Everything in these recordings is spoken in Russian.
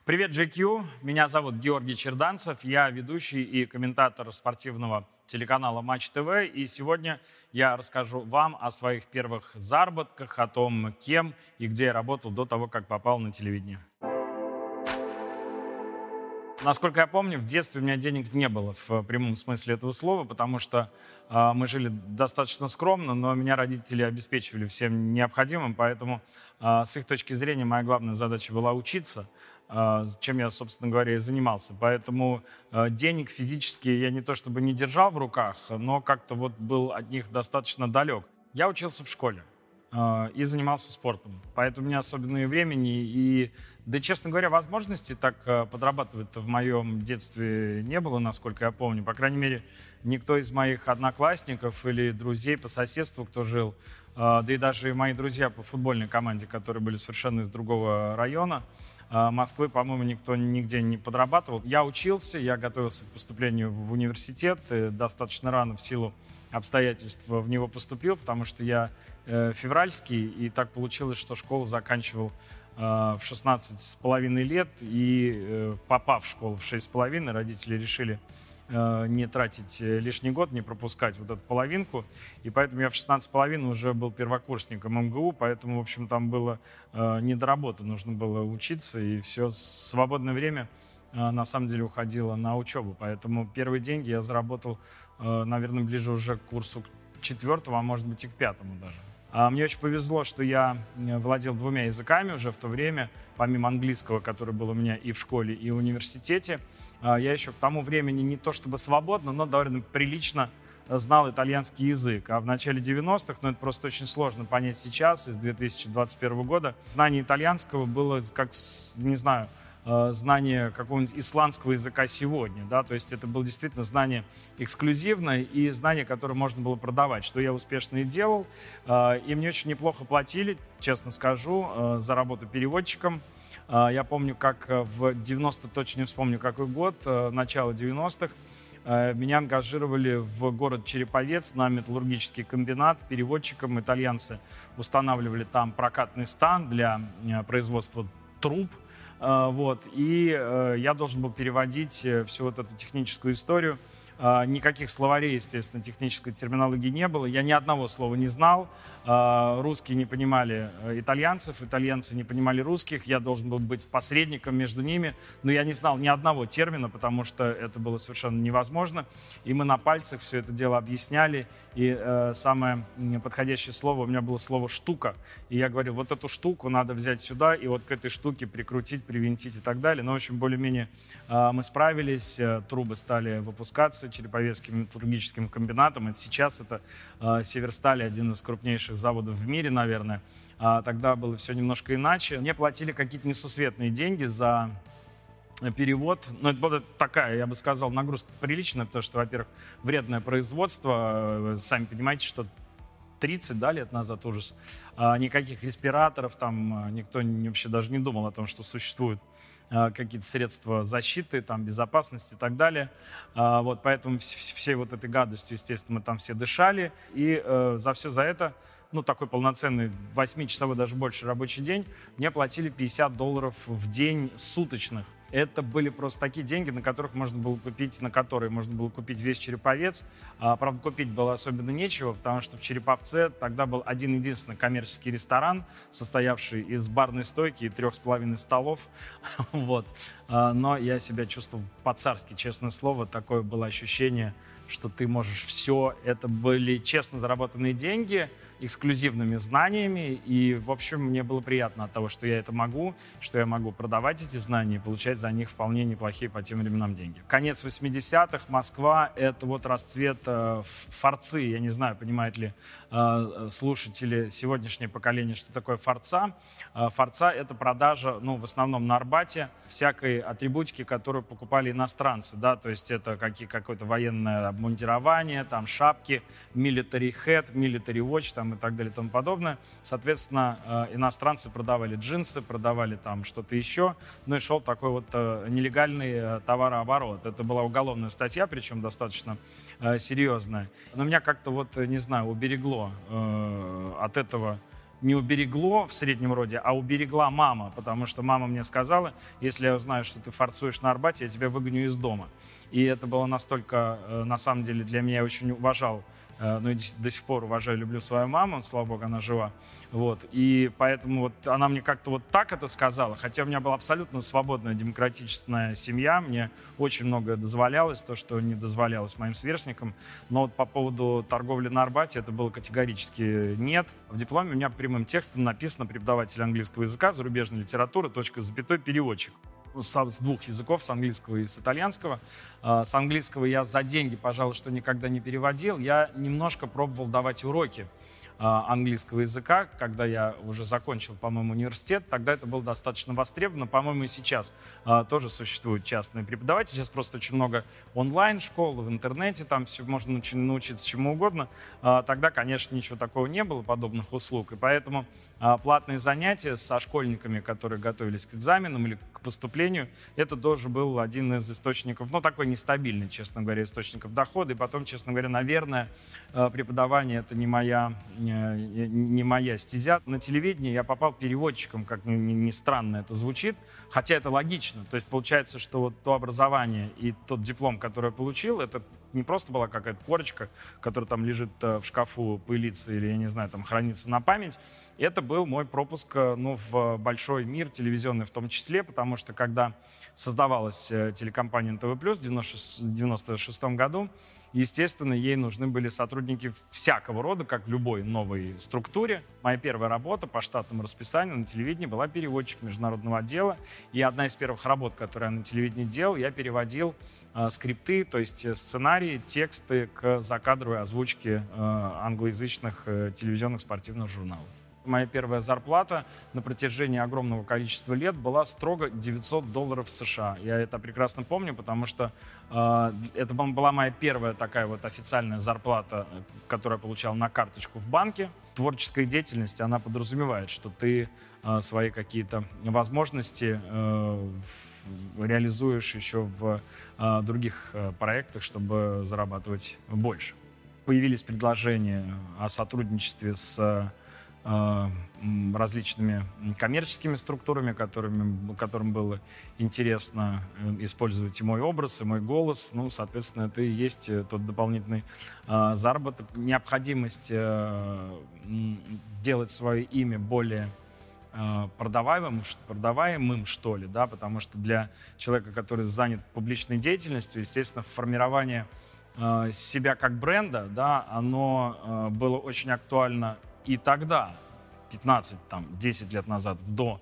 Привет, GQ. Меня зовут Георгий Черданцев. Я ведущий и комментатор спортивного телеканала Матч ТВ. И сегодня я расскажу вам о своих первых заработках, о том, кем и где я работал до того, как попал на телевидение. Насколько я помню, в детстве у меня денег не было в прямом смысле этого слова, потому что мы жили достаточно скромно, но меня родители обеспечивали всем необходимым, поэтому с их точки зрения моя главная задача была учиться, чем я, собственно говоря, и занимался. Поэтому денег физически я не то чтобы не держал в руках, но как-то вот был от них достаточно далек. Я учился в школе и занимался спортом. Поэтому у меня особенного времени и, да, честно говоря, возможности так подрабатывать в моем детстве не было, насколько я помню. По крайней мере, никто из моих одноклассников или друзей по соседству, кто жил, да и даже мои друзья по футбольной команде, которые были совершенно из другого района Москвы, по-моему, никто нигде не подрабатывал. Я учился, я готовился к поступлению в университет и достаточно рано в силу обстоятельств в него поступил, потому что я февральский, и так получилось, что школу заканчивал в 16,5 лет, и попав в школу в 6,5, родители решили не тратить лишний год, не пропускать вот эту половинку, и поэтому я в 16,5 уже был первокурсником МГУ, поэтому, в общем, там было не до работы, нужно было учиться, и все свободное время на самом деле уходило на учебу, поэтому первые деньги я заработал, наверное, ближе уже к курсу четвертому, а может быть и к пятому даже. Мне очень повезло, что я владел 2 языками уже в то время, помимо английского, который был у меня и в школе, и в университете. Я еще к тому времени не то чтобы свободно, но довольно прилично знал итальянский язык. А в начале 90-х, это просто очень сложно понять сейчас, из 2021 года, знание итальянского было как, не знаю, знание какого-нибудь исландского языка сегодня, да, то есть это было действительно знание эксклюзивное и знание, которое можно было продавать, что я успешно и делал, и мне очень неплохо платили, честно скажу, за работу переводчиком. Я помню, как точно не вспомню какой год, начало 90-х, меня ангажировали в город Череповец на металлургический комбинат переводчиком. Итальянцы устанавливали там прокатный стан для производства труб. И я должен был переводить всю вот эту техническую историю. Никаких словарей, естественно, технической терминологии не было. Я ни одного слова не знал. Русские не понимали итальянцев, итальянцы не понимали русских. Я должен был быть посредником между ними. Но я не знал ни одного термина, потому что это было совершенно невозможно. И мы на пальцах все это дело объясняли. И самое подходящее слово у меня было слово «штука». И я говорил, вот эту штуку надо взять сюда и вот к этой штуке прикрутить, привинтить и так далее. Но, в общем, более-менее мы справились. Трубы стали выпускаться Череповецким металлургическим комбинатом. Это сейчас это Северсталь, один из крупнейших заводов в мире, наверное. Тогда было все немножко иначе. Мне платили какие-то несусветные деньги за перевод. Но это была такая, я бы сказал, нагрузка приличная, потому что, во-первых, вредное производство. Сами понимаете, что 30 лет назад ужас. Никаких респираторов, там никто вообще даже не думал о том, что существуют какие-то средства защиты, там, безопасности и так далее. Поэтому всей вот этой гадостью, естественно, мы там все дышали. И за это, такой полноценный 8-часовой, даже больше рабочий день, мне платили $50 в день суточных. Это были просто такие деньги, на которые можно было купить весь Череповец. Правда, купить было особенно нечего, потому что в Череповце тогда был один-единственный коммерческий ресторан, состоявший из барной стойки и 3,5 столов. Но я себя чувствовал по-царски, честное слово. Такое было ощущение, что ты можешь все. Это были честно заработанные деньги, эксклюзивными знаниями. И, в общем, мне было приятно от того, что я это могу, что я могу продавать эти знания и получать за них вполне неплохие по тем временам деньги. Конец 80-х, Москва — это вот расцвет форцы. Я не знаю, понимают ли слушатели сегодняшнее поколение, что такое форца. Форца — это продажа, в основном на Арбате, всякой атрибутики, которую покупали иностранцы, да, то есть это какое-то военное обмундирование, там шапки, military hat, military watch, там и так далее и тому подобное. Соответственно, иностранцы продавали джинсы, продавали там что-то еще, и шел такой вот нелегальный товарооборот. Это была уголовная статья, причем достаточно серьезная. Но меня как-то не знаю, уберегло от этого не уберегло в среднем роде, а уберегла мама, потому что мама мне сказала, если я узнаю, что ты форцуешь на Арбате, я тебя выгоню из дома. И это было настолько, на самом деле, для меня, я очень уважал, ну и до сих пор уважаю, люблю свою маму, слава богу, она жива. Вот. И поэтому вот она мне как-то вот так это сказала, хотя у меня была абсолютно свободная демократичная семья, мне очень многое дозволялось, то, что не дозволялось моим сверстникам. Но вот по поводу торговли на Арбате это было категорически нет. В дипломе у меня прямым текстом написано «Преподаватель английского языка, зарубежной литературы, точка, запятой, переводчик». С двух языков, с английского и с итальянского. С английского я за деньги, пожалуй, что никогда не переводил. Я немножко пробовал давать уроки английского языка, когда я уже закончил, по-моему, университет. Тогда это было достаточно востребовано. По-моему, и сейчас тоже существуют частные преподаватели. Сейчас просто очень много онлайн-школ, в интернете, там все можно научиться чему угодно. Тогда, конечно, ничего такого не было, подобных услуг. И поэтому платные занятия со школьниками, которые готовились к экзаменам или к поступлению, это тоже был один из источников, ну, такой нестабильный, честно говоря, источников дохода. И потом, честно говоря, наверное, преподавание — это не моя стезя. На телевидении я попал переводчиком, как ни странно это звучит, хотя это логично. То есть получается, что вот то образование и тот диплом, который я получил, это не просто была какая-то корочка, которая там лежит в шкафу, пылится или, я не знаю, там хранится на память. Это был мой пропуск, ну, в большой мир, телевизионный в том числе, потому что когда создавалась телекомпания НТВ+, в 1996 году, естественно, ей нужны были сотрудники всякого рода, как в любой новой структуре. Моя первая работа по штатному расписанию на телевидении была переводчик международного отдела. И одна из первых работ, которые я на телевидении делал, я переводил скрипты, то есть сценарии, тексты к закадровой озвучке англоязычных телевизионных спортивных журналов. Моя первая зарплата на протяжении огромного количества лет была строго $900 США. Я это прекрасно помню, потому что это была моя первая такая вот официальная зарплата, которую я получал на карточку в банке. Творческая деятельность, она подразумевает, что ты свои какие-то возможности реализуешь еще в других проектах, чтобы зарабатывать больше. Появились предложения о сотрудничестве с различными коммерческими структурами, которым было интересно использовать и мой образ, и мой голос. Ну, соответственно, это и есть тот дополнительный заработок. Необходимость делать свое имя более продаваемым, что ли, да, потому что для человека, который занят публичной деятельностью, естественно, формирование себя как бренда, да, оно было очень актуально и тогда, 10 лет назад, до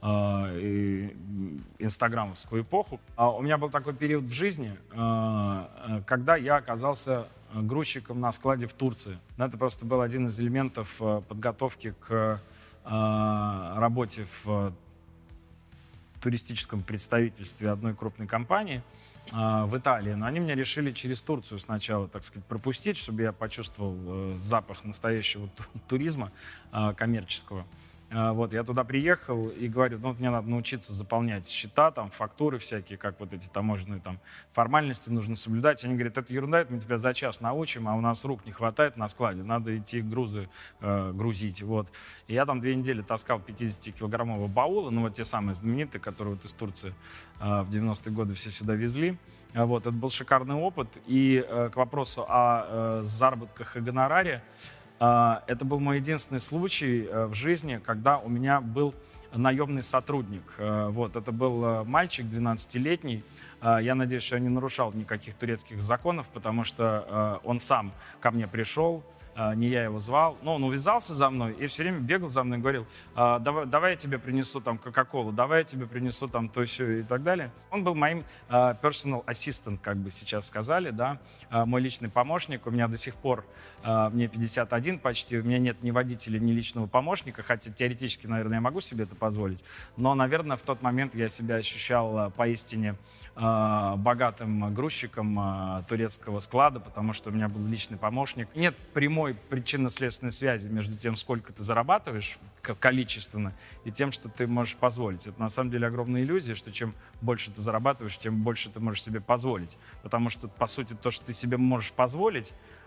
инстаграмовскую эпоху. У меня был такой период в жизни, когда я оказался грузчиком на складе в Турции. Это просто был один из элементов подготовки к работе в туристическом представительстве одной крупной компании в Италии. Но они меня решили через Турцию сначала, так сказать, пропустить, чтобы я почувствовал запах настоящего туризма коммерческого. Вот, я туда приехал и говорю, ну, мне надо научиться заполнять счета, там, фактуры всякие, как вот эти таможенные там формальности нужно соблюдать. Они говорят, это ерунда, это мы тебя за час научим, а у нас рук не хватает на складе, надо идти грузы грузить, вот. И я там 2 недели таскал 50-килограммовые баулы, ну, вот те самые знаменитые, которые вот из Турции в 90-е годы все сюда везли. Вот, это был шикарный опыт. И к вопросу о заработках и гонораре, это был мой единственный случай в жизни, когда у меня был наемный сотрудник. Вот, это был мальчик 12-летний. Я надеюсь, что я не нарушал никаких турецких законов, потому что он сам ко мне пришел, не я его звал, но он увязался за мной и все время бегал за мной и говорил, давай я тебе принесу там Кока-Колу, давай я тебе принесу там то сё и так далее. Он был моим personal assistant, как бы сейчас сказали, да, мой личный помощник. У меня до сих пор, мне 51 почти, у меня нет ни водителя, ни личного помощника, хотя теоретически, наверное, я могу себе это позволить, но, наверное, в тот момент я себя ощущал поистине богатым грузчиком турецкого склада, потому что у меня был личный помощник. Нет прямой причинно-следственной связи между тем, сколько ты зарабатываешь количественно, и тем, что ты можешь позволить. Это на самом деле огромная иллюзия, что чем больше ты зарабатываешь, тем больше ты можешь себе позволить. Потому что, по сути, то, что ты себе можешь позволить,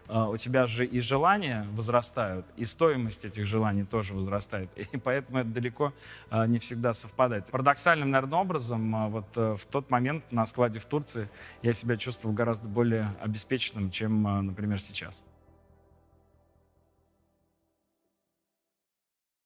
у тебя же и желания возрастают, и стоимость этих желаний тоже возрастает. И поэтому это далеко не всегда совпадает. Парадоксальным, наверное, образом, вот в тот момент на складе в Турции я себя чувствовал гораздо более обеспеченным, чем, например, сейчас.